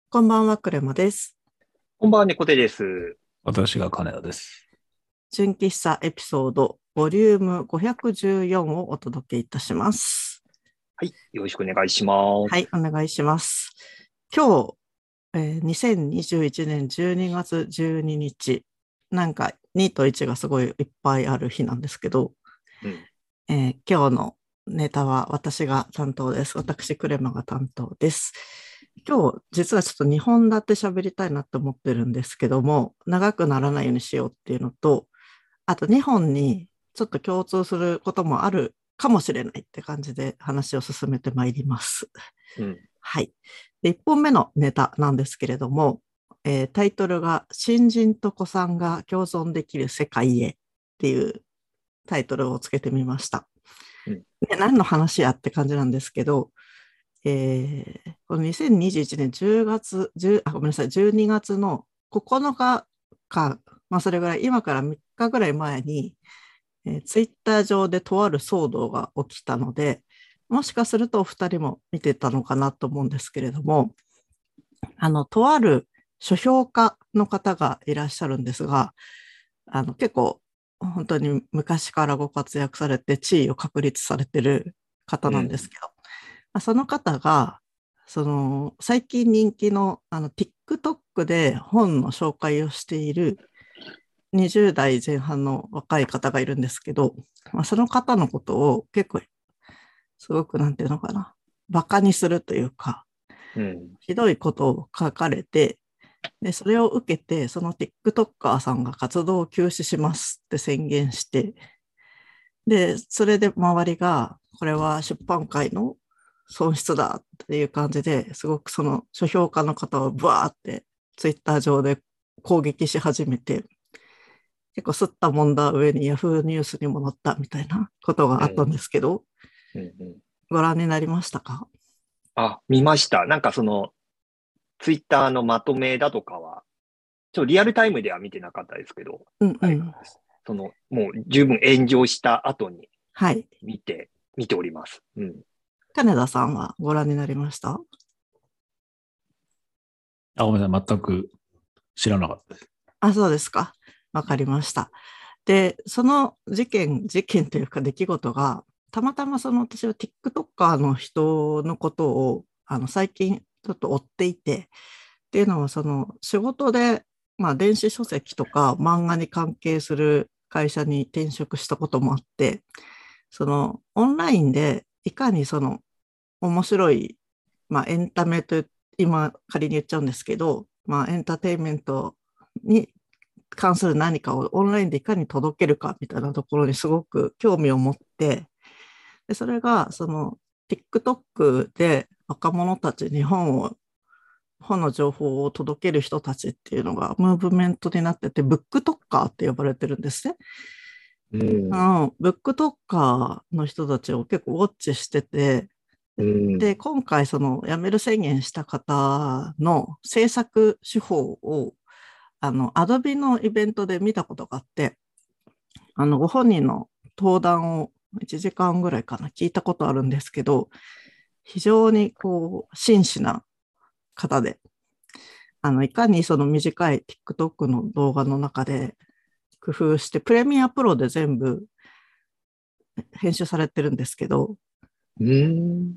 こんばんは、クレマです。 こんばんは、猫手です。 私が金田です。 純喫茶エピソード、ボリューム514をお届けいたします。 はい、よろしくお願いします。 はい、お願いします。今日、2021年12月12日、なんか2と1がすごいいっぱいある日なんですけど、 うん、 今日のネタは私が担当です。私、クレマが担当です。今日、実はちょっと2本立て喋りたいなと思ってるんですけども、長くならないようにしようっていうのと、あと2本にちょっと共通することもあるかもしれないって感じで話を進めてまいります。 うん、 はい。で、1本目のネタなんですけれども、タイトルが新人と古参が共存できる世界へっていうタイトルをつけてみました。 うん、 で、何の話やって感じなんですけど、この2021年10月、ごめんなさい、12月の9日か、まあそれぐらい、今から3日ぐらい前に、ツイッター上でとある騒動が起きたので、もしかするとお二人も見てたのかなと思うんですけれども、とある書評家の方がいらっしゃるんですが、結構本当に昔からご活躍されて地位を確立されてる方なんですうん、 けど、その方が、最近人気の、TikTok で本の紹介をしている20代前半の若い方がいるんですけど、その方のことを結構、すごく、なんていうのかな、バカにするというか、 うん、 ひどいことを書かれて、で、それを受けて、その TikToker さんが活動を休止しますって宣言して、で、それで周りが、これは出版界の損失だっていう感じですごくその書評家の方をブワーってツイッター上で攻撃し始めて、結構すったもんだ上にヤフーニュースにも載ったみたいなことがあったんでうん、 すけど、 うん。うん。 ご覧になりましたか？ あ、見ました。ツイッターのまとめだとかは、リアルタイムでは見てなかったですけど、はい。 うんうん。 もう十分炎上した後にはい。 見ております。うん。 金田さんはご覧になりました？ ごめんなさい。全く知らなかったです。 あ、そうですか。わかりました。で、その事件というか出来事が、たまたまその私は TikToker の人のことを最近ちょっと追っていて、っていうのはその仕事で、まあ電子書籍とか漫画に関係する会社に転職したこともあって、そのオンラインでいかにその面白い、まあエンタメと今仮に言っちゃうんですけど、まあエンターテインメントに関する何かをオンラインでいかに届けるかみたいなところにすごく興味を持って、でそれがその TikTok で若者たちに本の情報を届ける人たちっていうのがムーブメントになってて、ブックトッカーって呼ばれてるんですね。 うん、 ブックトッカーの人たちを結構ウォッチしてて、 うん、 で、今回その辞める宣言した方の制作手法をアドビのイベントで見たことがあって、ご本人の登壇を1時間ぐらいかな、聞いたことあるんですけど、非常にこう、真摯な方で、いかにその短い TikTok の動画の中で工夫して、プレミアプロで全部編集されてるんですけど、 うん、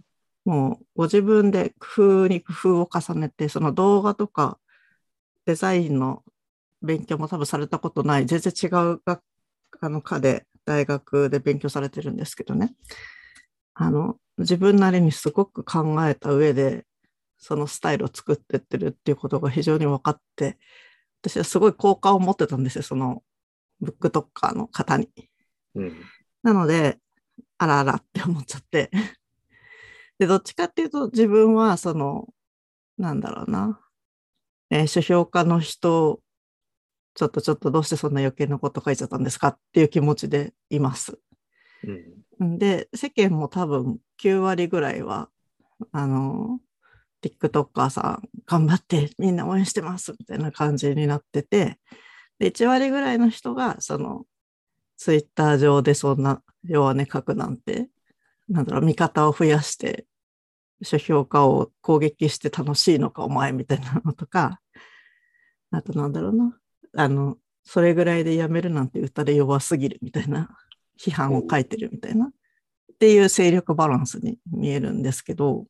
もうご自分で工夫に工夫を重ねて、その動画とかデザインの勉強も多分されたことない、全然違う科で大学で勉強されてるんですけどね。自分なりにすごく考えた上で、そのスタイルを作ってってるっていうことが非常に分かって、私はすごい好感を持ってたんですよ、そのブックトッカーの方に。 うん、 なので、あらあらって思っちゃって。で、どっちかっていうと、自分は、なんだろうな、書評家の人、ちょっとどうしてそんな余計なこと書いちゃったんですかっていう気持ちでいます。 うん、 で、世間も多分9割ぐらいは、あの、TikToker さん頑張ってみんな応援してますみたいな感じになってて、で、1割ぐらいの人が、ツイッター上でそんな弱音書くなんて、なんだろう、見方を増やして書評家を攻撃して楽しいのかお前みたいなのとか、あとなんだろうな、それぐらいでやめるなんて歌で弱すぎるみたいな批判を書いてるみたいなっていう勢力バランスに見えるんですけど、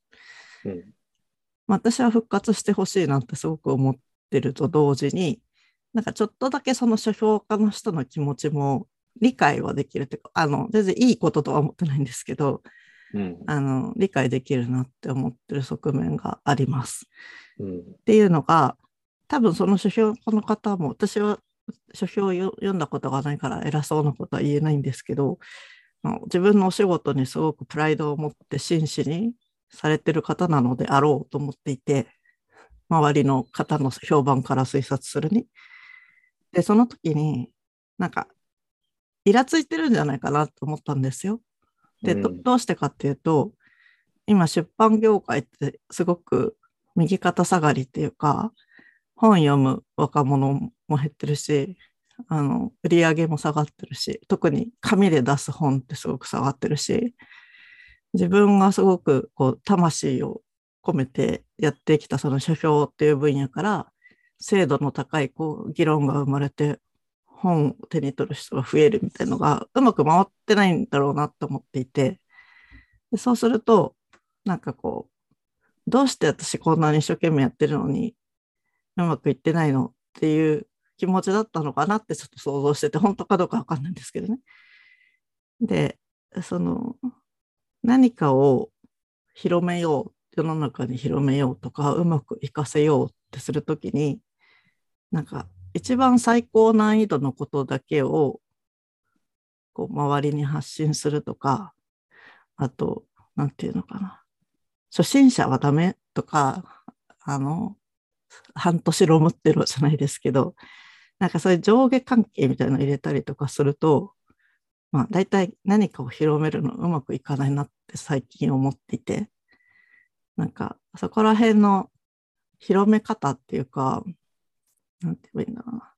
私は復活してほしいなってすごく思ってると同時に、なんかちょっとだけその書評家の人の気持ちも理解はできるっていうか、全然いいこととは思ってないんですけど、理解できるなって思ってる側面があります。っていうのが、多分その書評家の方も、私は書評を読んだことがないから偉そうなことは言えないんですけど、自分のお仕事にすごくプライドを持って真摯にされてる方なのであろうと思っていて、周りの方の評判から推察するに。で、その時に、なんか、イラついてるんじゃないかなと思ったんですよ。で、どうしてかっていうと、今出版業界ってすごく右肩下がりっていうか、本読む若者も減ってるし、売り上げも下がってるし、特に紙で出す本ってすごく下がってるし、自分がすごくこう魂を込めてやってきたその書評っていう分野から精度の高いこう議論が生まれて本を手に取る人が増えるみたいなのがうまく回ってないんだろうなと思っていて、でそうするとなんかこうどうして私こんなに一生懸命やってるのにうまくいってないのっていう気持ちだったのかなってちょっと想像してて、本当かどうかわかんないんですけどね。で、その何かを広めよう、世の中に広めようとか、うまくいかせようってするときに、なんか一番最高難易度のことだけをこう周りに発信するとか、あと、なんていうのかな。初心者はダメとか、半年ロムってるじゃないですけど、なんかそういう上下関係みたいなの入れたりとかすると、まあ大体何かを広めるのうまくいかないなって最近思っていて、なんかそこら辺の広め方っていうか、なんて言えばいいんだろうな。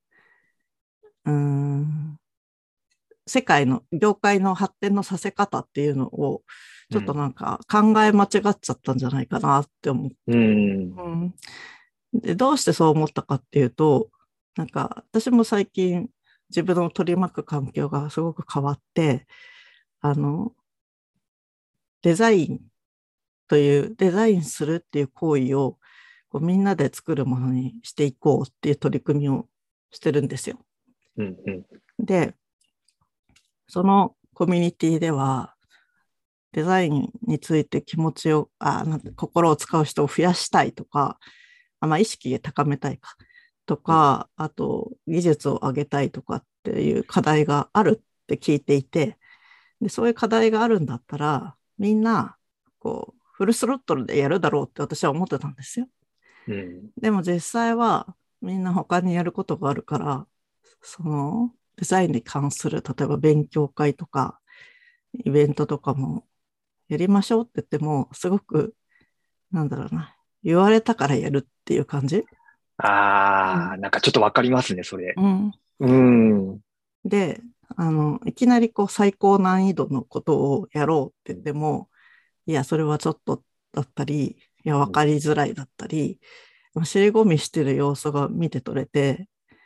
世界の、業界の発展のさせ方っていうのを、ちょっとなんか考え間違っちゃったんじゃないかなって思って。で、どうしてそう思ったかっていうと、なんか私も最近自分の取り巻く環境がすごく変わって、デザインというデザインするっていう行為をこうみんなで作るものにしていこうっていう取り組みをしてるんですよ。で、そのコミュニティではデザインについて気持ちを心を使う人を増やしたいとか、意識を高めたいかとか、あと技術を上げたいとかっていう課題があるって聞いていて、でそういう課題があるんだったらみんなこうフルスロットルでやるだろうって私は思ってたんですよ。でも実際はみんな他にやることがあるから、そのデザインに関する例えば勉強会とかイベントとかもやりましょうって言ってもすごくなんだろうな、言われたからやるっていう感じ。 なんかちょっとわかりますね、それ。 で、いきなりこう最高難易度のことをやろうって言っても、いや、それはちょっとだったり、いや、わかりづらいだったり、尻込みしてる様子が見て取れて、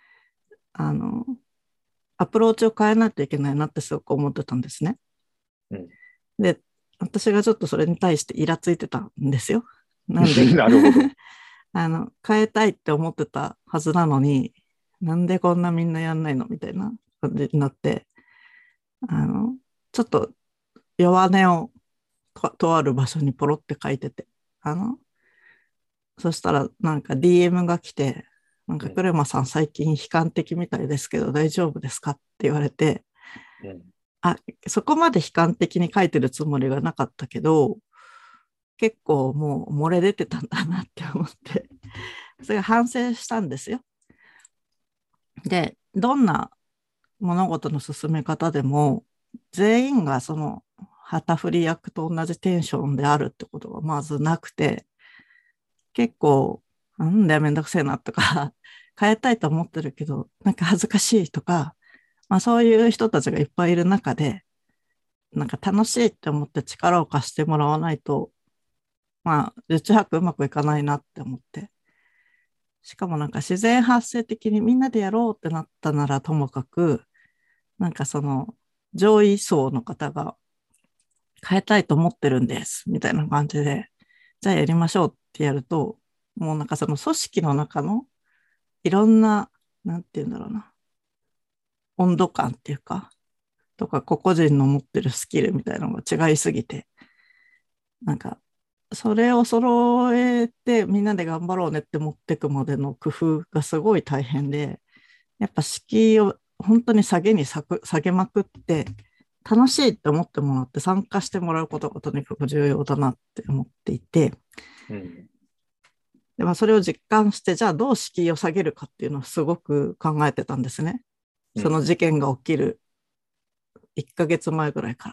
アプローチを変えないといけないなってすごく思ってたんですね。で、私がちょっとそれに対してイラついてたんですよ。なんでなるほど。 変えたいって思ってたはずなのに、なんでこんなみんなやんないのみたいな感じになって、ちょっと弱音をとある場所にポロって書いてて、そしたらなんか DM が来て、なんか車さん最近悲観的みたいですけど大丈夫ですかって言われて、そこまで悲観的に書いてるつもりがなかったけど、結構もう漏れ出てたんだなって思って、それ反省したんですよ。で、どんな物事の進め方でも、全員がその旗振り役と同じテンションであるってことがまずなくて、結構、なんだよめんどくせえなとか、変えたいと思ってるけど、なんか恥ずかしいとか、そういう人たちがいっぱいいる中で、なんか楽しいって思って力を貸してもらわないと、 まあ、受注泊うまくいかないなって思って。しかもなんか自然発生的にみんなでやろうってなったならともかく、なんかその上位層の方が変えたいと思ってるんです、みたいな感じで、じゃあやりましょうってやると、もうなんかその組織の中のいろんな、なんて言うんだろうな、温度感っていうか、とか個々人の持ってるスキルみたいなのが違いすぎて、なんか、それを揃えてみんなで頑張ろうねって持ってくまでの工夫がすごい大変で、やっぱ敷居を本当に下げまくって、楽しいって思ってもらって参加してもらうことがとにかく重要だなって思っていて、 うん。 で、まあ、それを実感して、じゃあどう敷居を下げるかっていうのをすごく考えてたんですね。その事件が起きる1ヶ月前ぐらいから。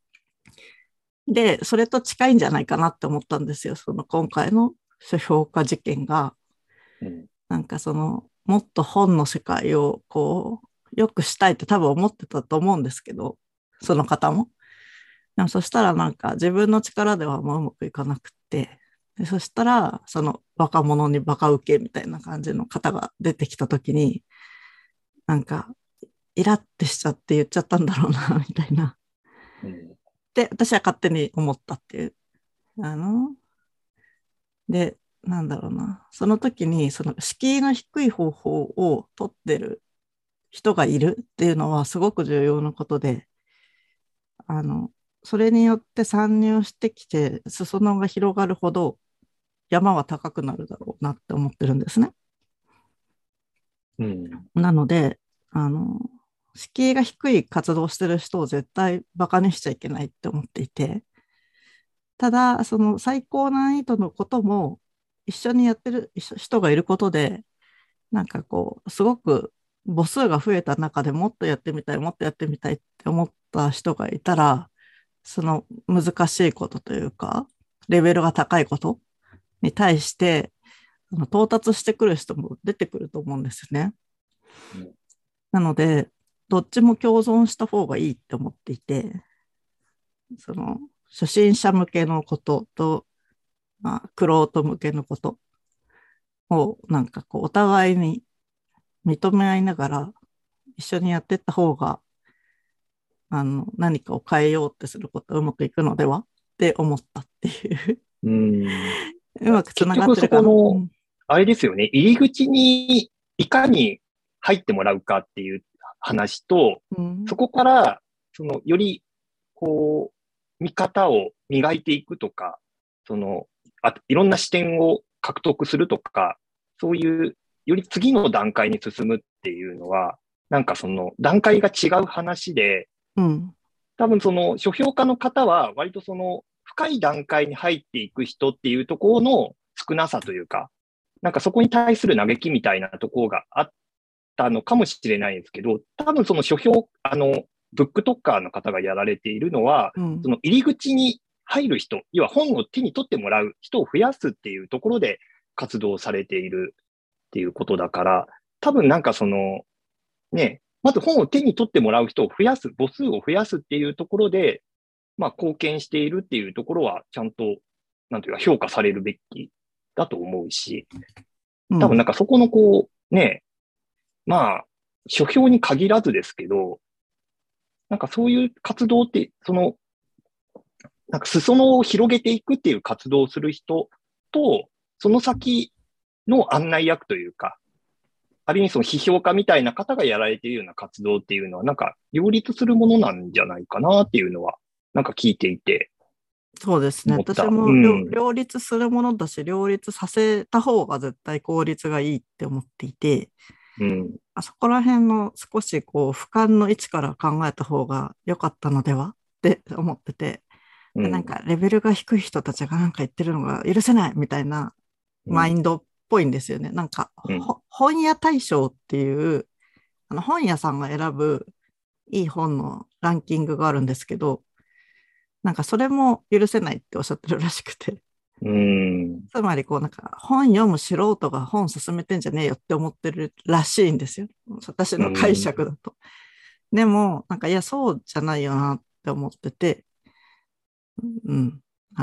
で、それと近いんじゃないかなって思ったんですよ。その今回の書評家事件が、なんかその、もっと本の世界をこう、良くしたいって多分思ってたと思うんですけど、その方も。でもそしたらなんか自分の力ではもううまくいかなくって、でそしたらその若者にバカ受けみたいな感じの方が出てきたときに、なんかイラってしちゃって言っちゃったんだろうな、みたいな。で、私は勝手に思ったっていう。あの、で、なんだろうな。その時に、その敷居の低い方法を取ってる人がいるっていうのはすごく重要なことで、あの、それによって参入してきて、裾野が広がるほど山は高くなるだろうなって思ってるんですね。 うん。 なので、あの、敷居が低い活動をしてる人を絶対バカにしちゃいけないって思っていて、ただ、その最高難易度のことも一緒にやってる人がいることで、なんかこう、すごく母数が増えた中でもっとやってみたい、もっとやってみたいって思った人がいたら、その難しいことというか、レベルが高いことに対して、到達してくる人も出てくると思うんですよね。なので、どっちも共存した方がいいって思っていて、その初心者向けのことと、まあ、玄人向けのことをなんかこうお互いに認め合いながら一緒にやっていった方が何かを変えようってすることはうまくいくのではって思ったっていううん。 うまくつながっ結局そてるかな。 この、あれですよね、入り口にいかに入ってもらうかっていう話と、 うん、 そこから、より、こ見方を磨いていくとか、いろんな視点を獲得するとか、そういう、より次の段階に進むっていうのは、なんか段階が違う話で、 うん、 多分書評家の方は、割と深い段階に入っていく人っていうところの少なさというか、なんかそこに対する嘆きみたいなところがあったのかもしれないんですけど、多分その書評、ブックトッカーの方がやられているのは、 うん、 その入り口に入る人、要は本を手に取ってもらう人を増やすっていうところで活動されているっていうことだから、多分なんかね、まず本を手に取ってもらう人を増やす、母数を増やすっていうところで、まあ貢献しているっていうところは、ちゃんと、なんていうか評価されるべきだと思うし、多分なんかそこのね、まあ、書評に限らずですけど、なんかそういう活動って、なんか裾野を広げていくっていう活動をする人と、その先の案内役というか、ある意味その批評家みたいな方がやられているような活動っていうのは、なんか両立するものなんじゃないかなっていうのは、なんか聞いていてそうですね。 思った。 私もうん。 両立するものだし、両立させた方が絶対効率がいいって思っていて、 うん。 あそこら辺の少しこう俯瞰の位置から考えた方が良かったのではって思ってて、 うん。 なんかレベルが低い人たちがなんか言ってるのが許せないみたいなうん。 マインドっぽいんですよね。なんかうん。 本屋大賞っていう本屋さんが選ぶいい本のランキングがあるんですけど、なんかそれも許せないっておっしゃってるらしくて。 うん。 つまりこうなんか本読む素人が本進めてんじゃねえよって思ってるらしいんですよ。私の解うん。 釈だと。でも、なんかいやそうじゃないよなって思ってて、うん。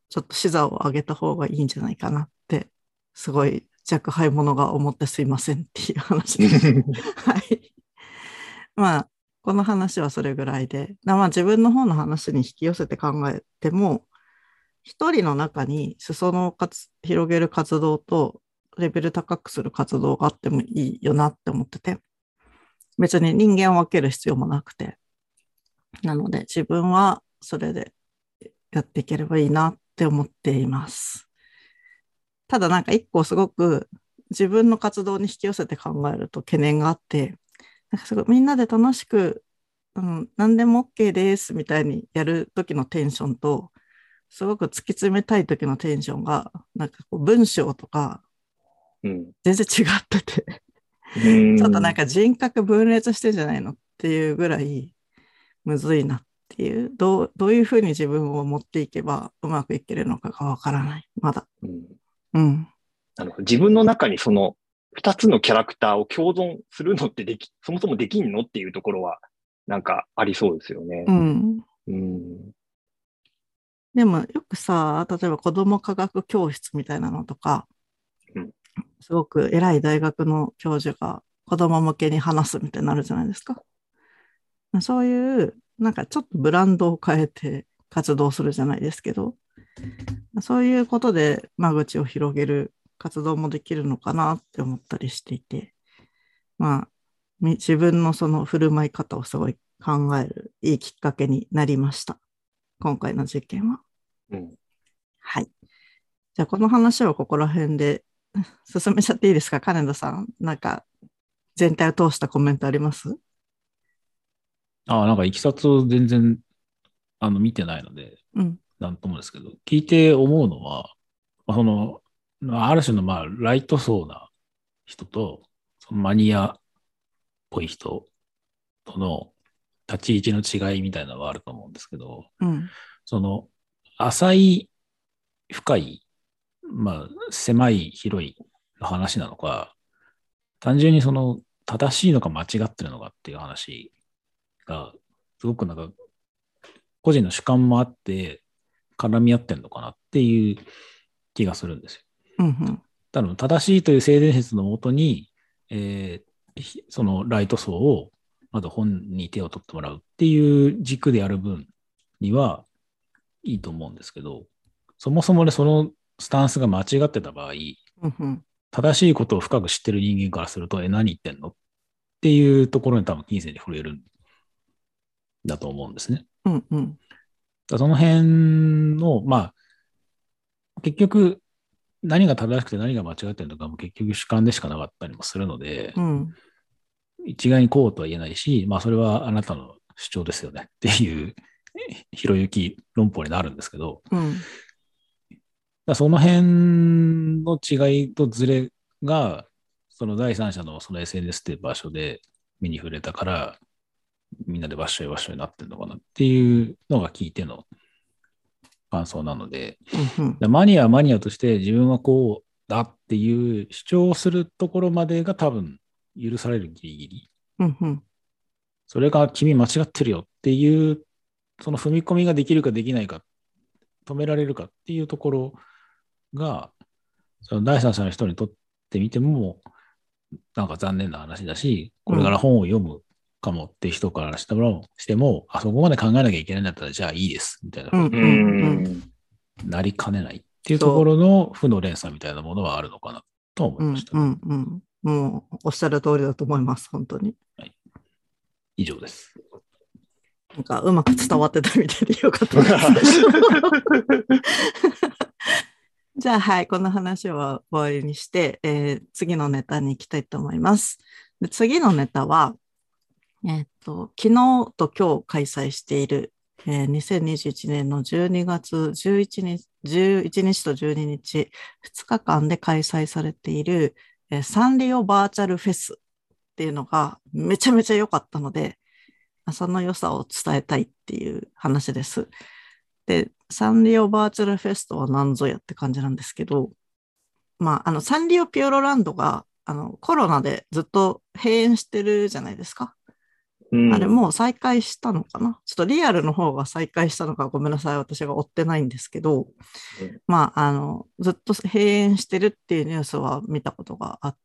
ちょっと視座を上げた方がいいんじゃないかなって、すごい若輩者が思ってすいませんっていう話です。はい。まあ、この話はそれぐらいで、まあ自分の方の話に引き寄せて考えても、一人の中に裾野を広げる活動とレベル高くする活動があってもいいよなって思ってて、別に人間を分ける必要もなくて、なので自分はそれでやっていければいいなって思っています。ただなんか一個すごく自分の活動に引き寄せて考えると懸念があって、なんかすごいみんなで楽しく、何でも OK ですみたいにやる時のテンションと、すごく突き詰めたい時のテンションが、なんかこう文章とか全然違ってて、ちょっとなんか人格分裂してんじゃないのっていうぐらいむずいなっていう、どういうふうに自分を持っていけばうまくいけるのかがわからない、まだ。 なるほど。自分の中にその2つのキャラクターを共存するのってそもそもできんのっていうところはなんかありそうですよね。 でもよくさ、例えば子ども科学教室みたいなのとか、すごく偉い大学の教授が子ども向けに話すみたいになるじゃないですか。そういうなんかちょっとブランドを変えて活動するじゃないですけど、そういうことで間口を広げる活動もできるのかなって思ったりしていて、まあ自分のその振る舞い方をすごい考えるいいきっかけになりました。今回の実験は。はい。じゃあこの話をここら辺で進めちゃっていいですか、金田さん。なんか全体を通したコメントあります？ なんかいきさつを全然見てないので、なんともですけど、聞いて思うのは、その、ある種のライト層な人と、そのマニアっぽい人との立ち位置の違いみたいなのはあると思うんですけど、その、浅い、深い、狭い、広いの話なのか、単純にその、正しいのか間違ってるのかっていう話が、すごくなんか、個人の主観もあって、絡み合ってんのかなっていう気がするんですよ。多分、正しいという性善説のもとに、そのライト層を、まず本に手を取ってもらうっていう軸でやる分にはいいと思うんですけど、そもそもね、そのスタンスが間違ってた場合、正しいことを深く知ってる人間からすると、何言ってんのっていうところに多分金銭に触れるんだと思うんですね。その辺の、結局、何が正しくて何が間違ってるのかも結局主観でしかなかったりもするので、一概にこうとは言えないし、それはあなたの主張ですよねっていうひろゆき論法になるんですけど、その辺の違いとズレが、その第三者のその SNS っていう場所で目に触れたから、みんなでわっしょいわっしょいになってるのかなっていうのが聞いての感想なので、マニアはマニアとして自分はこうだっていう主張をするところまでが多分許されるギリギリ。それが君間違ってるよっていう、その踏み込みができるかできないか、止められるかっていうところが、その第三者の人にとってみても、なんか残念な話だし、これから本を読むかもって人からしても、あそこまで考えなきゃいけないんだったら、じゃあいいです、みたいな、なりかねないっていうところの負の連鎖みたいなものはあるのかなと思いました。 もうおっしゃる通りだと思います、本当に。 はい、以上です。 なんかうまく伝わってたみたいでよかったです。じゃあはい、この話は終わりにして、次のネタに行きたいと思います。で次のネタは、昨日と今日開催している、2021年の12月11日と12日、2日間で開催されている、サンリオバーチャルフェスっていうのがめちゃめちゃ良かったので、その良さを伝えたいっていう話です。で、サンリオバーチャルフェスとは何ぞやって感じなんですけど、サンリオピューロランドが、コロナでずっと閉園してるじゃないですか。 あれもう再開したのかな。ちょっとリアルの方が再開したのかごめんなさい。私が追ってないんですけど、まあ、ずっと閉園してるっていうニュースは見たことがあって、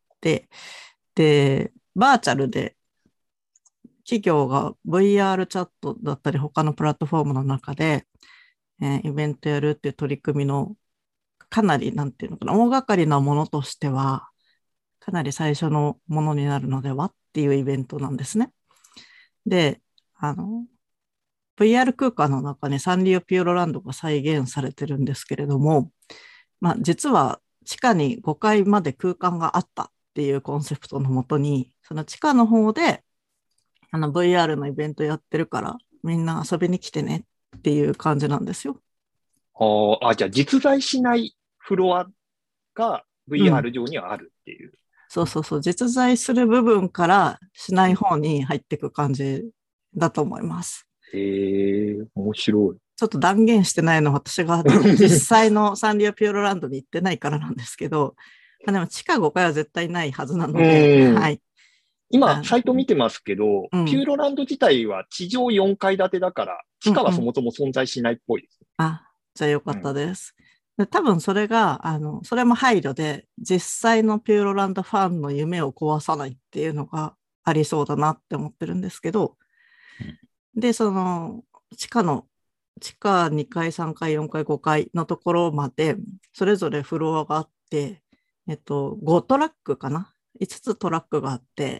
で、バーチャルで企業が VR チャットだったり他のプラットフォームの中で、イベントやるっていう取り組みのかなり、なんていうのかな、大掛かりなものとしては、かなり最初のものになるのではっていうイベントなんですね。で、VR 空間の中にサンリオピューロランドが再現されてるんですけれども、まあ、実は地下に5階まで空間があったっていうコンセプトのもとに、その地下の方でVR のイベントやってるからみんな遊びに来てねっていう感じなんですよ。 じゃあ実在しないフロアが VR 上にはあるっていう。 そうそうそう。実在する部分からしない方に入っていく感じだと思います。 面白い。 ちょっと断言してないのは私が実際のサンリオピューロランドに行ってないからなんですけど、でも地下5階は絶対ないはずなので、はい。 今、サイト見てますけど、ピューロランド自体は地上4階建てだから、地下はそもそも存在しないっぽいです。 じゃあよかったです。で多分それが、それも配慮で、実際のピューロランドファンの夢を壊さないっていうのがありそうだなって思ってるんですけど、で、その、地下2階、3階、4階、5階のところまで、それぞれフロアがあって、5トラックかな ?5 つトラックがあって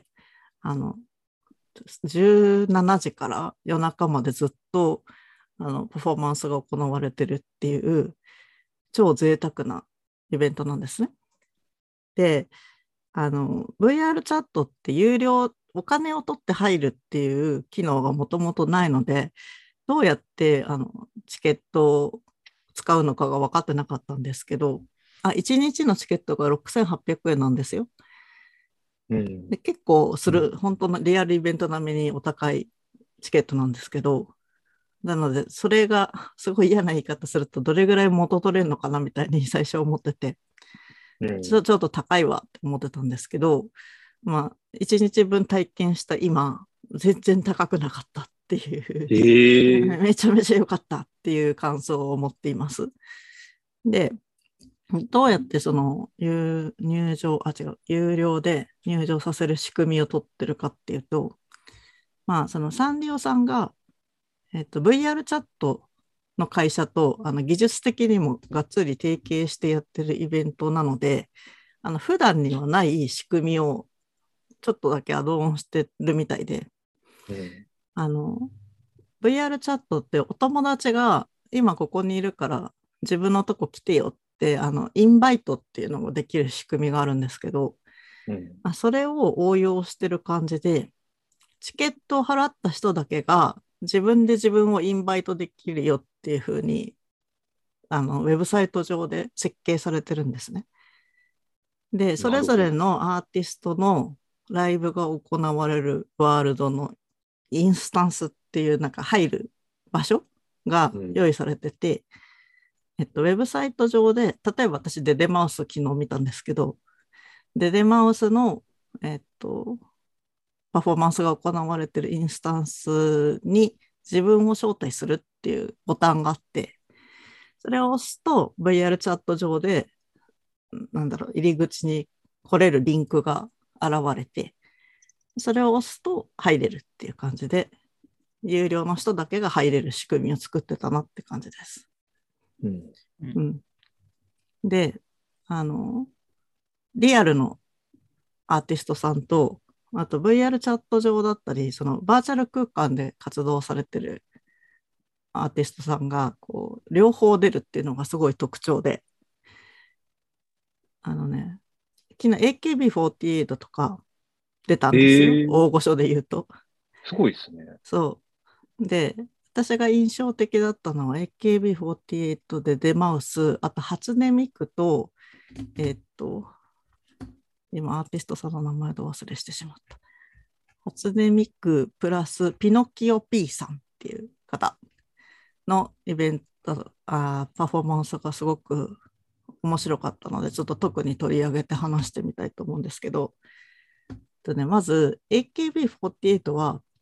、17時から夜中までずっと、パフォーマンスが行われてるっていう、超贅沢なイベントなんですね。で、VR チャットってお金を取って入るっていう機能がもともとないので、どうやってチケットを使うのかが分かってなかったんですけど、1日のチケットが6800円なんですよ。で結構本当のリアルイベント並みにお高いチケットなんですけど、なので、それがすごい嫌な言い方すると、どれぐらい元取れるのかなみたいに最初思ってて、ちょっと高いわって思ってたんですけど、まあ、1日分体験した今、全然高くなかったっていう、めちゃめちゃ良かったっていう感想を持っています。で、どうやってその有料で入場させる仕組みを取ってるかっていうと、まあ、そのサンリオさんが、VR チャットの会社と技術的にもがっつり提携してやってるイベントなので、普段にはない仕組みをちょっとだけアドオンしてるみたいで、VR チャットってお友達が今ここにいるから自分のとこ来てよってインバイトっていうのもできる仕組みがあるんですけど、それを応用してる感じで、チケットを払った人だけが自分で自分をインバイトできるよっていう風にウェブサイト上で設計されてるんですね。で、それぞれのアーティストのライブが行われるワールドのインスタンスっていうなんか入る場所が用意されてて、ウェブサイト上で、例えば私デデマウス昨日見たんですけど、デデマウスの、パフォーマンスが行われているインスタンスに自分を招待するっていうボタンがあって、それを押すと VR チャット上で、入り口に来れるリンクが現れて、それを押すと入れるっていう感じで、有料の人だけが入れる仕組みを作ってたなって感じです。で、リアルのアーティストさんと、あと VR チャット上だったり、そのバーチャル空間で活動されてるアーティストさんが、こう、両方出るっていうのがすごい特徴で、昨日 AKB48 とか出たんですよ。大御所で言うと。 すごいですね。 そう。で、私が印象的だったのは AKB48 でデマウス、あと初音ミクと、今アーティストさんの名前と忘れしてしまった。初音ミクプラスピノキオ P さんっていう方のイベント、パフォーマンスがすごく面白かったので、ちょっと特に取り上げて話してみたいと思うんですけど、まず AKB48 は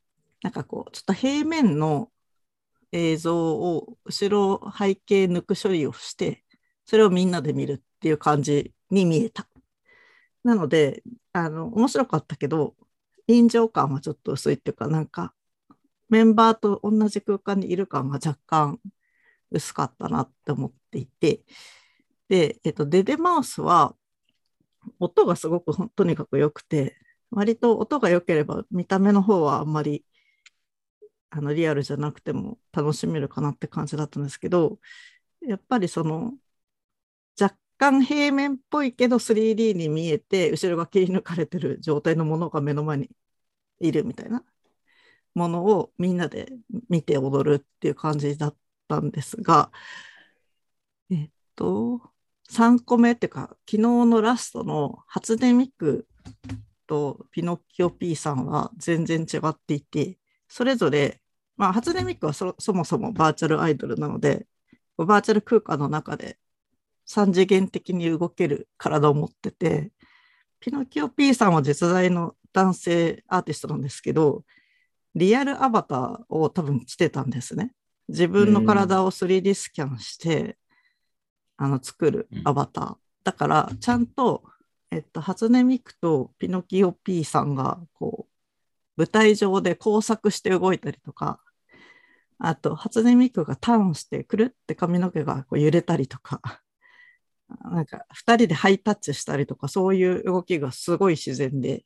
なんかこう、ちょっと平面の映像を後ろ背景抜く処理をして、それをみんなで見るっていう感じに見えた。なので、面白かったけど、臨場感はちょっと薄いっていうか、なんか、メンバーと同じ空間にいる感が若干薄かったなって思っていて、で、デデマウスは、音がすごくとにかく良くて、割と音が良ければ見た目の方はあんまりリアルじゃなくても楽しめるかなって感じだったんですけど、やっぱりその若干平面っぽいけど 3D に見えて後ろが切り抜かれてる状態のものが目の前にいるみたいなものをみんなで見て踊るっていう感じだったんですが、3個目っていうか昨日のラストの初音ミクとピノッキオ P さんは全然違っていて、それぞれ、まあ、初音ミクはそもそもバーチャルアイドルなので、バーチャル空間の中で3次元的に動ける体を持ってて、ピノキオ P さんは実在の男性アーティストなんですけど、リアルアバターを多分してたんですね。自分の体を 3D スキャンして作るアバター。だから、ちゃんと、初音ミクとピノキオ P さんがこう舞台上で工作して動いたりとか、あと初音ミクがターンしてくるって髪の毛がこう揺れたりとか、なんか2人でハイタッチしたりとか、そういう動きがすごい自然で、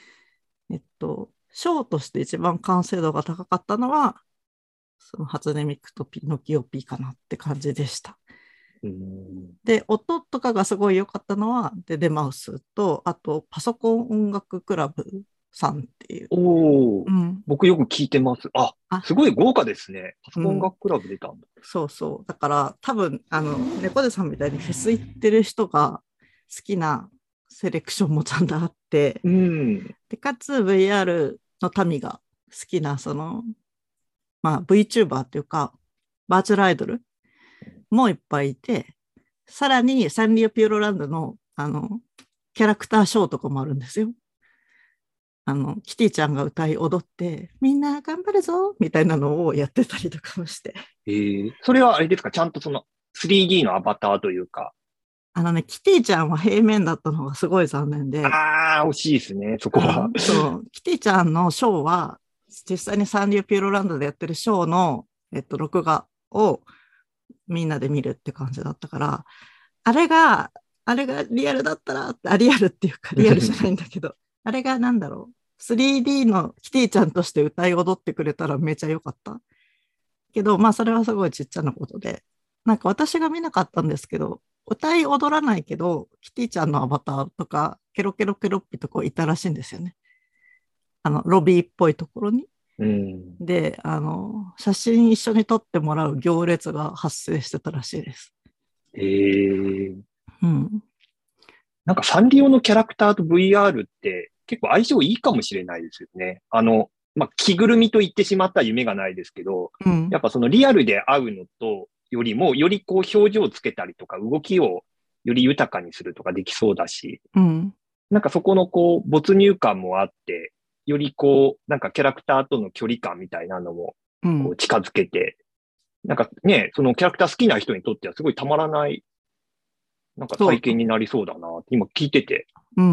ショーとして一番完成度が高かったのは、その初音ミクとピノキオ P かなって感じでした。で、音とかがすごい良かったのは、デデマウスと、あとパソコン音楽クラブさんっていう。 僕よく聞いてます。すごい豪華ですね。パソコン音楽クラブ出たんだ。 そうそう。だから多分、猫背さんみたいにフェス行ってる人が好きなセレクションもちゃんとあって、でかつ VR の民が好きな、まあ VTuber っていうか、バーチャルアイドルもいっぱいいて、さらにサンリオピューロランドの、キャラクターショーとかもあるんですよ。キティちゃんが歌い踊って、みんな頑張るぞみたいなのをやってたりとかもして。 それはあれですか、ちゃんとその 3D のアバターというか。 キティちゃんは平面だったのがすごい残念で。 惜しいですね、そこは。 そう、キティちゃんのショーは、実際にサンリオピューロランドでやってるショーの、録画をみんなで見るって感じだったから、あれがリアルだったら、リアルっていうかリアルじゃないんだけど、あれがなんだろう、3D のキティちゃんとして歌い踊ってくれたらめちゃ良かった。けど、まあそれはすごいちっちゃなことで、なんか私が見なかったんですけど、歌い踊らないけど、キティちゃんのアバターとか、ケロケロケロッピとこいたらしいんですよね。ロビーっぽいところに。で、写真一緒に撮ってもらう行列が発生してたらしいです。 なんかサンリオのキャラクターと VR って結構相性いいかもしれないですよね。まあ、着ぐるみと言ってしまったら夢がないですけど、やっぱそのリアルで会うのとよりも、よりこう表情をつけたりとか動きをより豊かにするとかできそうだし、なんかそこのこう没入感もあって、よりこうなんかキャラクターとの距離感みたいなのもこう近づけて、なんかね、そのキャラクター好きな人にとってはすごいたまらない、なんか体験になりそうだなって今聞いてて。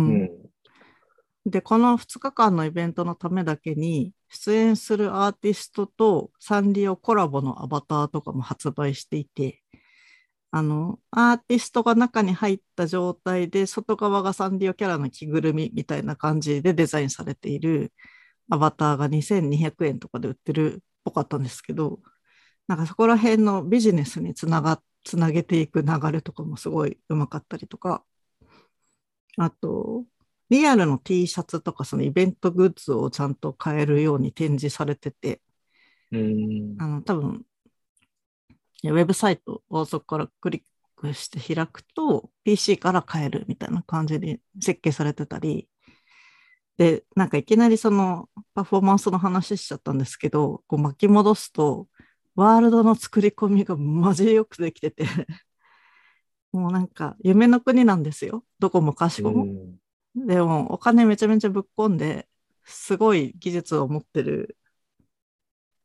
で、この2日間のイベントのためだけに、出演するアーティストとサンリオコラボのアバターとかも発売していて、アーティストが中に入った状態で、外側がサンリオキャラの着ぐるみみたいな感じでデザインされているアバターが2200円とかで売ってるっぽかったんですけど、なんかそこら辺のビジネスにつなげていく流れとかもすごいうまかったりとか、あと、リアルの T シャツとかそのイベントグッズをちゃんと買えるように展示されてて、多分、ウェブサイトをそこからクリックして開くと PC から買えるみたいな感じで設計されてたり、で、なんかいきなりそのパフォーマンスの話しちゃったんですけど、こう巻き戻すと、ワールドの作り込みがマジよくできててもうなんか夢の国なんですよ。どこもかしこも。でもお金めちゃめちゃぶっ込んで、すごい技術を持ってる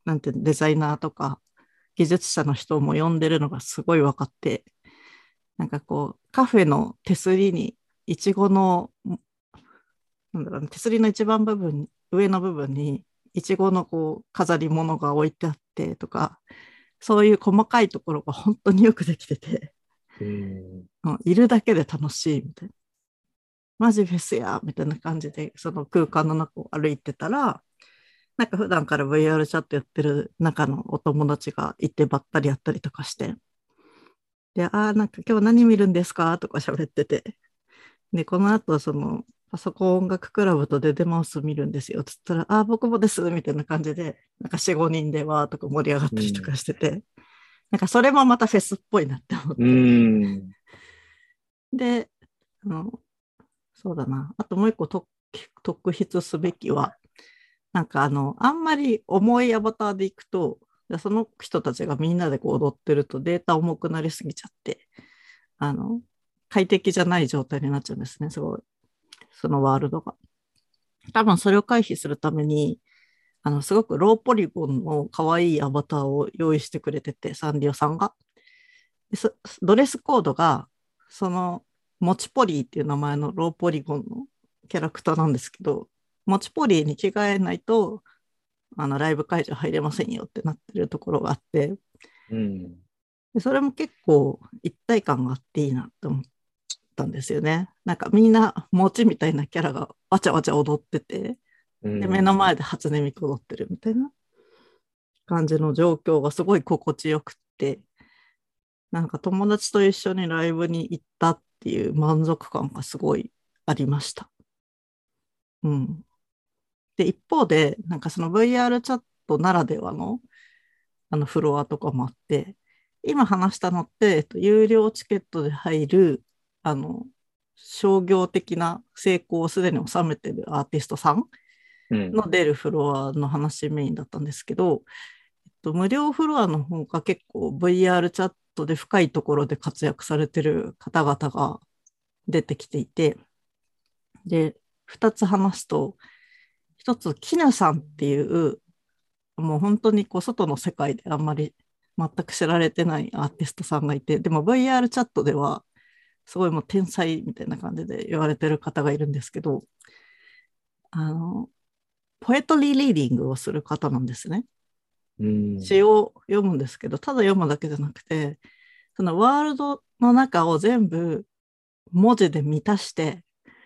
なんてデザイナーとか技術者の人も呼んでるのがすごい分かって、なんかこうカフェの手すりにイチゴのなんだろうね、手すりの一番部分、上の部分にイチゴのこう飾り物が置いてあってとか、そういう細かいところが本当によくできてて、いるだけで楽しいみたいな。マジフェスやみたいな感じで、その空間の中を歩いてたら、なんか普段から VR チャットやってる中のお友達がいてばったりやったりとかして、で、なんか今日何見るんですかとか喋ってて、で、この後、その、パソコン音楽クラブとデデマウス見るんですよ。つったら、僕もです、みたいな感じで、なんか4、5人でわーとか盛り上がったりとかしてて、なんかそれもまたフェスっぽいなって思って。で、そうだな。あともう一個特筆すべきは、なんかあんまり重いアバターでいくと、その人たちがみんなでこう踊ってるとデータ重くなりすぎちゃって、快適じゃない状態になっちゃうんですね、すごい。そのワールドが。多分それを回避するために、すごくローポリゴンの可愛いアバターを用意してくれてて、サンリオさんが。ドレスコードが、その、モチポリーっていう名前のローポリゴンのキャラクターなんですけど、モチポリーに着替えないと、ライブ会場入れませんよってなってるところがあって、でそれも結構一体感があっていいなと思ったんですよね。なんかみんな餅みたいなキャラがわちゃわちゃ踊ってて、で目の前で初音ミク踊ってるみたいな感じの状況がすごい心地よくって、なんか友達と一緒にライブに行ったっていう満足感がすごいありました。うん。で、一方で、なんかその VR チャットならではのフロアとかもあって、今話したのって、有料チケットで入る、あの、商業的な成功をすでに収めてるアーティストさんの出るフロアの話メインだったんですけど、無料フロアの方が結構 VR チャットで深いところで活躍されてる方々が出てきていて、で、2つ話すと、1つ、キヌさんっていう、もう本当にこう外の世界であんまり全く知られてないアーティストさんがいて、でも VR チャットではすごいもう天才みたいな感じで言われてる方がいるんですけど、ポエトリーリーディングをする方なんですね。詩を読むんですけど、ただ読むだけじゃなくて、そのワールドの中を全部文字で満たして、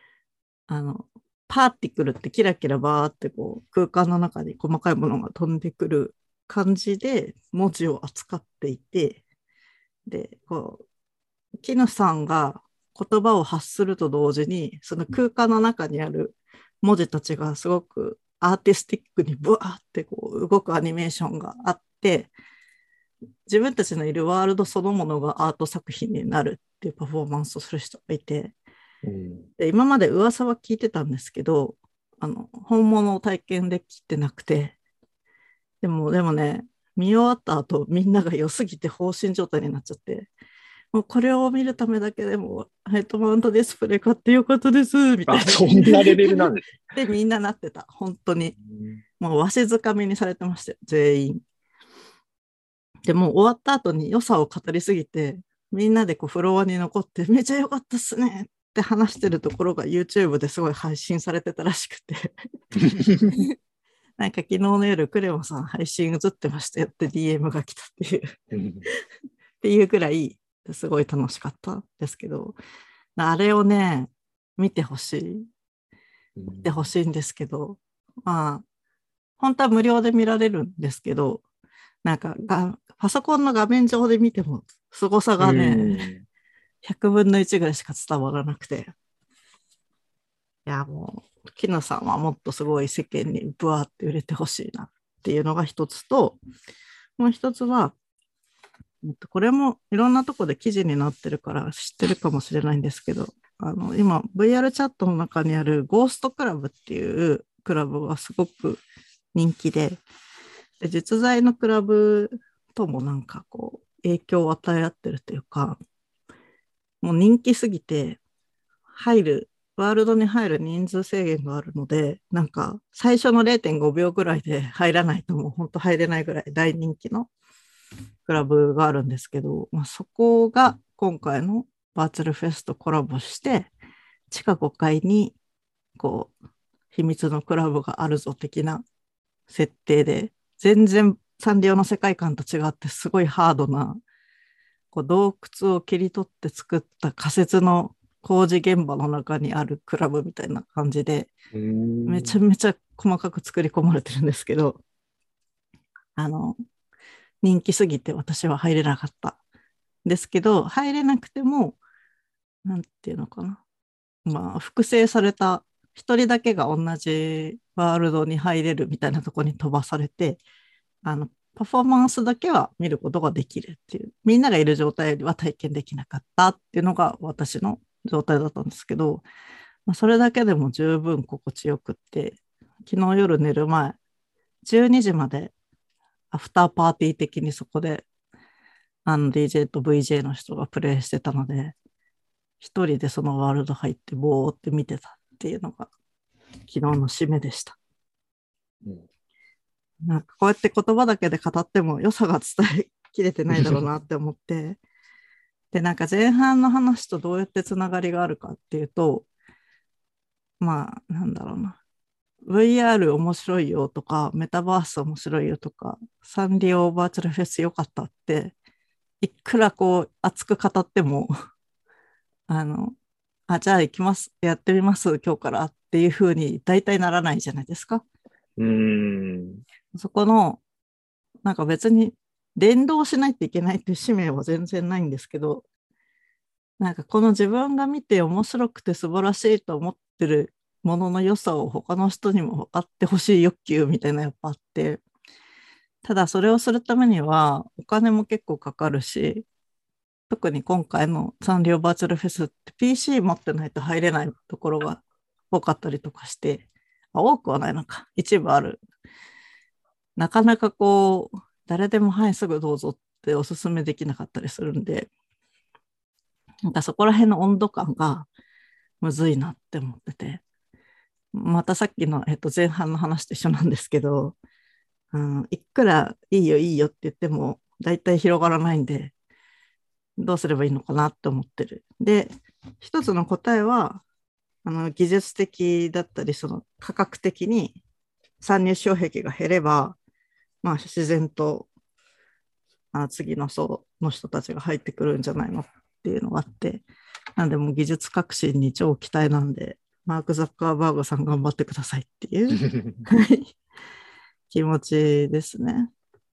パーティクルってキラキラバーってこう空間の中に細かいものが飛んでくる感じで文字を扱っていて、で、こう、キヌさんが言葉を発すると同時に、その空間の中にある文字たちがすごくアーティスティックにブワーってこう動くアニメーションがあって、自分たちのいるワールドそのものがアート作品になるっていうパフォーマンスをする人がいて、で今まで噂は聞いてたんですけど、本物を体験できてなくて、でもね、見終わった後、みんなが良すぎて放心状態になっちゃって、もうこれを見るためだけでも、ヘッドマウントディスプレイ買ってよかったです、みたいな。 そんなレベルなんです。 で、みんななってた、本当に。もうわしづかみにされてましたよ、全員。でも終わった後に良さを語りすぎて、みんなでこうフロアに残って、めちゃ良かったっすねって話してるところが YouTube ですごい配信されてたらしくて。なんか昨日の夜、クレモさん配信映ってましたよって DM が来たっていうっていうくらいすごい楽しかったですけど、あれをね、見てほしいんですけど、まあ、本当は無料で見られるんですけど、なんかパソコンの画面上で見ても凄さがね、100分の1ぐらいしか伝わらなくて、いやもう、キヌさんはもっとすごい世間にブワーって売れてほしいなっていうのが一つと、もう一つは、これもいろんなとこで記事になってるから知ってるかもしれないんですけど、今 VR チャットの中にあるゴーストクラブっていうクラブがすごく人気で、実在のクラブともなんかこう影響を与え合ってるというか、もう人気すぎて入るワールドに入る人数制限があるので、なんか最初の 0.5 秒ぐらいで入らないともう本当入れないぐらい大人気のクラブがあるんですけど、まあ、そこが今回のバーチャルフェスとコラボして、地下5階にこう秘密のクラブがあるぞ的な設定で、全然サンリオの世界観と違ってすごいハードなこう洞窟を切り取って作った仮設の工事現場の中にあるクラブみたいな感じで、めちゃめちゃ細かく作り込まれてるんですけど、人気すぎて私は入れなかったですけど、入れなくても、なんていうのかな。まあ、複製された一人だけが同じワールドに入れるみたいなところに飛ばされて、パフォーマンスだけは見ることができるっていう、みんながいる状態は体験できなかったっていうのが私の状態だったんですけど、まあ、それだけでも十分心地よくって、昨日夜寝る前、12時までアフターパーティー的にそこでDJ と VJ の人がプレイしてたので、一人でそのワールド入ってボーって見てたっていうのが昨日の締めでした。なんかこうやって言葉だけで語っても良さが伝えきれてないだろうなって思って、で、なんか前半の話とどうやってつながりがあるかっていうと、まあ、なんだろうな。VR 面白いよとか、メタバース面白いよとか、サンリオバーチャルフェス良かったって、いくらこう熱く語ってもじゃあ行きます、やってみます、今日からっていう風に大体ならないじゃないですか。そこの、なんか別に連動しないといけないっていう使命は全然ないんですけど、なんかこの自分が見て面白くて素晴らしいと思ってるものの良さを他の人にも分かってほしい欲求みたいなやっぱあって、ただそれをするためにはお金も結構かかるし、特に今回のサンリオバーチャルフェスって PC 持ってないと入れないところが多かったりとかして、多くはないのか、一部ある。なかなかこう、誰でもはいすぐどうぞっておすすめできなかったりするんで、なんかそこら辺の温度感がむずいなって思ってて、またさっきの、前半の話と一緒なんですけど、いくらいいよいいよって言っても大体広がらないんで、どうすればいいのかなって思ってる。で、一つの答えは、技術的だったり、その価格的に参入障壁が減れば、まあ自然と次の層の人たちが入ってくるんじゃないのっていうのがあって、なんでも技術革新に超期待なんで、マーク・ザッカーバーグさん頑張ってくださいっていう気持ちですね。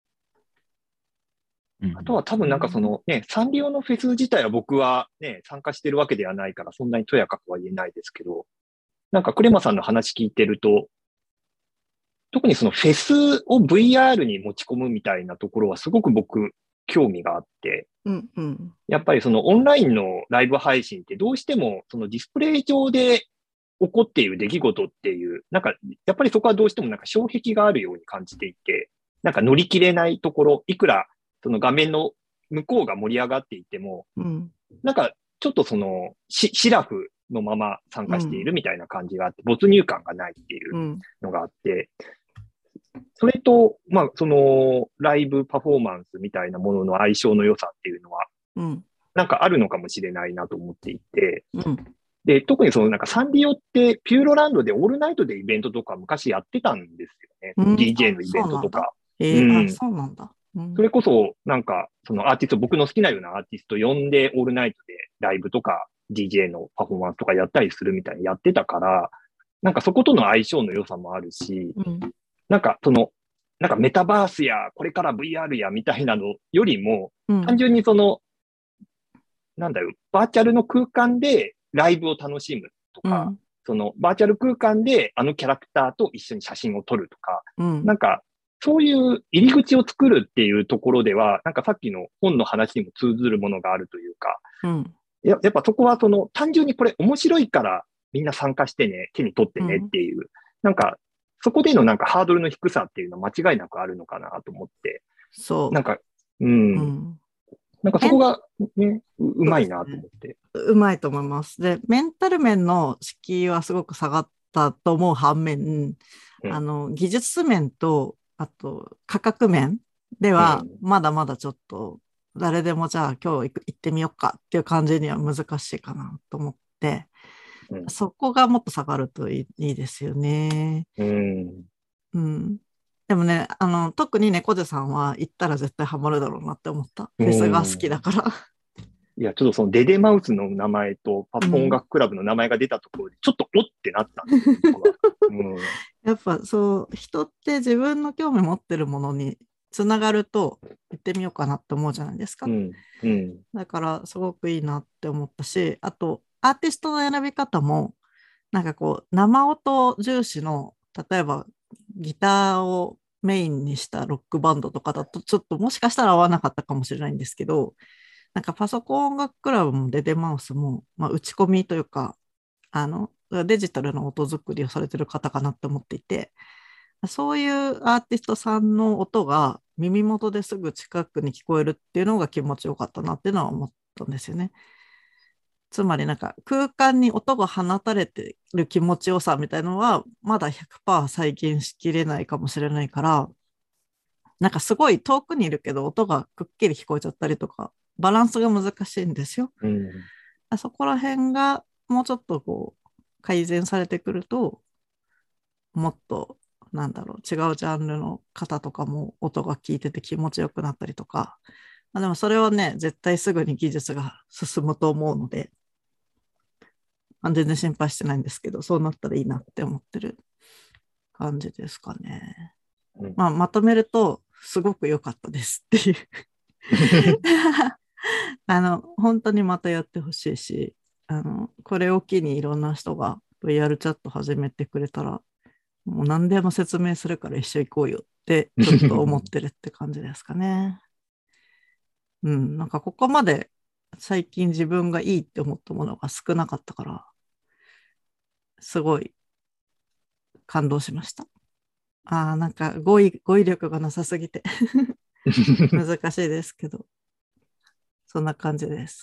あとは多分なんかそのね、サンリオのフェス自体は僕はね、参加してるわけではないから、そんなにとやかくは言えないですけど、なんかクレマさんの話聞いてると、特にそのフェスを VR に持ち込むみたいなところはすごく僕、興味があって、やっぱりそのオンラインのライブ配信ってどうしてもそのディスプレイ上で起こっている出来事っていう、なんかやっぱりそこはどうしてもなんか障壁があるように感じていて、なんか乗り切れないところ、いくらその画面の向こうが盛り上がっていても、なんかちょっとそのシラフのまま参加しているみたいな感じがあって、没入感がないっていうのがあって、それと、まあ、そのライブパフォーマンスみたいなものの相性の良さっていうのは、なんかあるのかもしれないなと思っていて、で、特にそのなんかサンリオってピューロランドでオールナイトでイベントとか昔やってたんですよね。DJ のイベントとか。 そうなんだ。 それこそ、なんか、そのアーティスト、僕の好きなようなアーティスト呼んで、オールナイトでライブとか DJ のパフォーマンスとかやったりするみたいにやってたから、なんかそことの相性の良さもあるし、なんかその、なんかメタバースや、これから VR やみたいなのよりも、単純にその、なんだろう、バーチャルの空間でライブを楽しむとか、そのバーチャル空間であのキャラクターと一緒に写真を撮るとか、なんか、そういう入り口を作るっていうところでは、なんかさっきの本の話にも通ずるものがあるというか、やっぱそこはその単純にこれ面白いからみんな参加してね、手に取ってねっていう、なんかそこでのなんかハードルの低さっていうのは間違いなくあるのかなと思って。 そう。 なんか、 なんかそこがね、うまいなと思って。 うまいと思います。で、メンタル面の敷居はすごく下がったと思う反面、技術面と、あと価格面では、まだまだちょっと、誰でもじゃあ今日行ってみようかっていう感じには難しいかなと思って、そこがもっと下がるといいですよね。でもね、特に猫背さんは行ったら絶対ハマるだろうなって思った。フェスが好きだから。 いや、ちょっとそのデデマウスの名前とパソコン音楽クラブの名前が出たところで、ちょっとおってなった。 やっぱそう、人って自分の興味持ってるものにつながると行ってみようかなって思うじゃないですか。だからすごくいいなって思ったし、あとアーティストの選び方も、なんかこう、生音重視の、例えばギターをメインにしたロックバンドとかだと、ちょっともしかしたら合わなかったかもしれないんですけど、なんかパソコン音楽クラブもデデマウスも、打ち込みというか、デジタルの音作りをされてる方かなって思っていて、そういうアーティストさんの音が耳元ですぐ近くに聞こえるっていうのが気持ちよかったなっていうのは思ったんですよね。つまりなんか空間に音が放たれてる気持ちよさみたいなのはまだ 100% 再現しきれないかもしれないから、なんかすごい遠くにいるけど音がくっきり聞こえちゃったりとか、バランスが難しいんですよ。そこら辺がもうちょっとこう改善されてくると、もっとなんだろう、違うジャンルの方とかも音が聞いてて気持ちよくなったりとか、でもそれはね、絶対すぐに技術が進むと思うので、全然心配してないんですけど、そうなったらいいなって思ってる感じですかね。まとめると、すごく良かったですっていう本当にまたやってほしいし、これを機にいろんな人が VR チャット始めてくれたら、もう何でも説明するから一緒行こうよってちょっと思ってるって感じですかね。なんかここまで最近自分がいいって思ったものが少なかったから、すごい感動しました。なんか語彙力がなさすぎて難しいですけど、そんな感じです。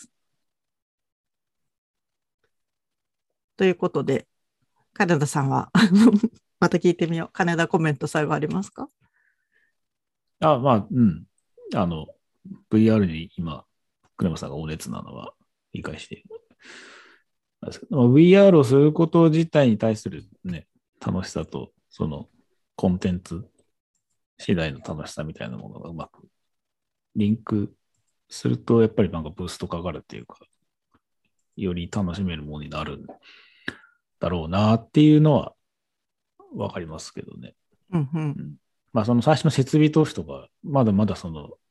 ということで、金田さんはまた聞いてみよう。金田コメント最後ありますか？ VR に今、クレマさんがお熱なのは理解している。VR をすること自体に対するね、楽しさと、そのコンテンツ次第の楽しさみたいなものがうまくリンクすると、やっぱりなんかブーストかかるっていうか、より楽しめるものになるんだろうなっていうのはわかりますけどね。その最初の設備投資とか、まだまだ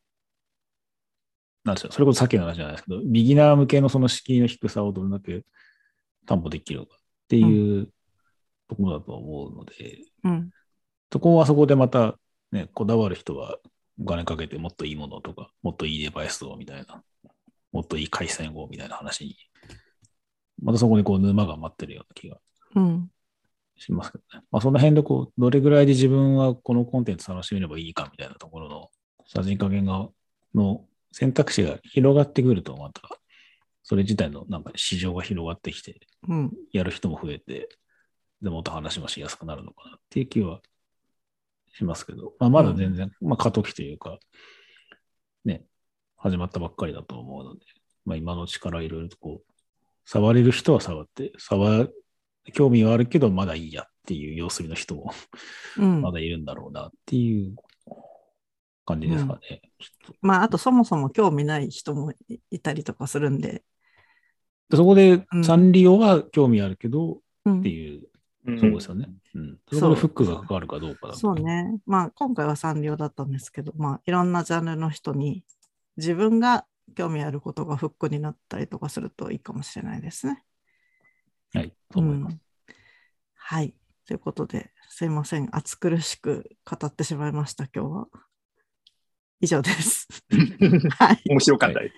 なんですよ、それこそさっきの話じゃないですけど、ビギナー向けのその敷居の低さをどれだけ担保できるかっていうところだと思うので、そこはそこでまたね、こだわる人はお金かけてもっといいものとか、もっといいデバイスをみたいな、もっといい回線をみたいな話に、またそこにこう沼が待ってるような気がしますけどね。その辺でこう、どれぐらいで自分はこのコンテンツ楽しめればいいかみたいなところのさじ加減の選択肢が広がってくると、またそれ自体のなんか市場が広がってきて、やる人も増えて、でもっと話もしやすくなるのかなっていう気はしますけど、まだ全然、過渡期というか、ね、始まったばっかりだと思うので、今のうちからいろいろとこう、触れる人は触って、興味はあるけど、まだいいやっていう様子見の人もまだいるんだろうなっていう感じですかね。 あとそもそも興味ない人もいたりとかするんで。 そこでサンリオは興味あるけどっていう、そうですよね。そこでフックがかかるかどうかだと。 そうね。今回はサンリオだったんですけど、いろんなジャンルの人に自分が興味あることがフックになったりとかするといいかもしれないですね。 はい、そう思います。 はい。ということで、すいません。暑苦しく語ってしまいました、今日は。以上です。 はい。面白かったです。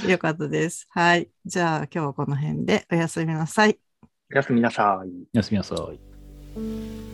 よかったです。はい。じゃあ、今日はこの辺でおやすみなさい。 おやすみなさい。 おやすみなさい。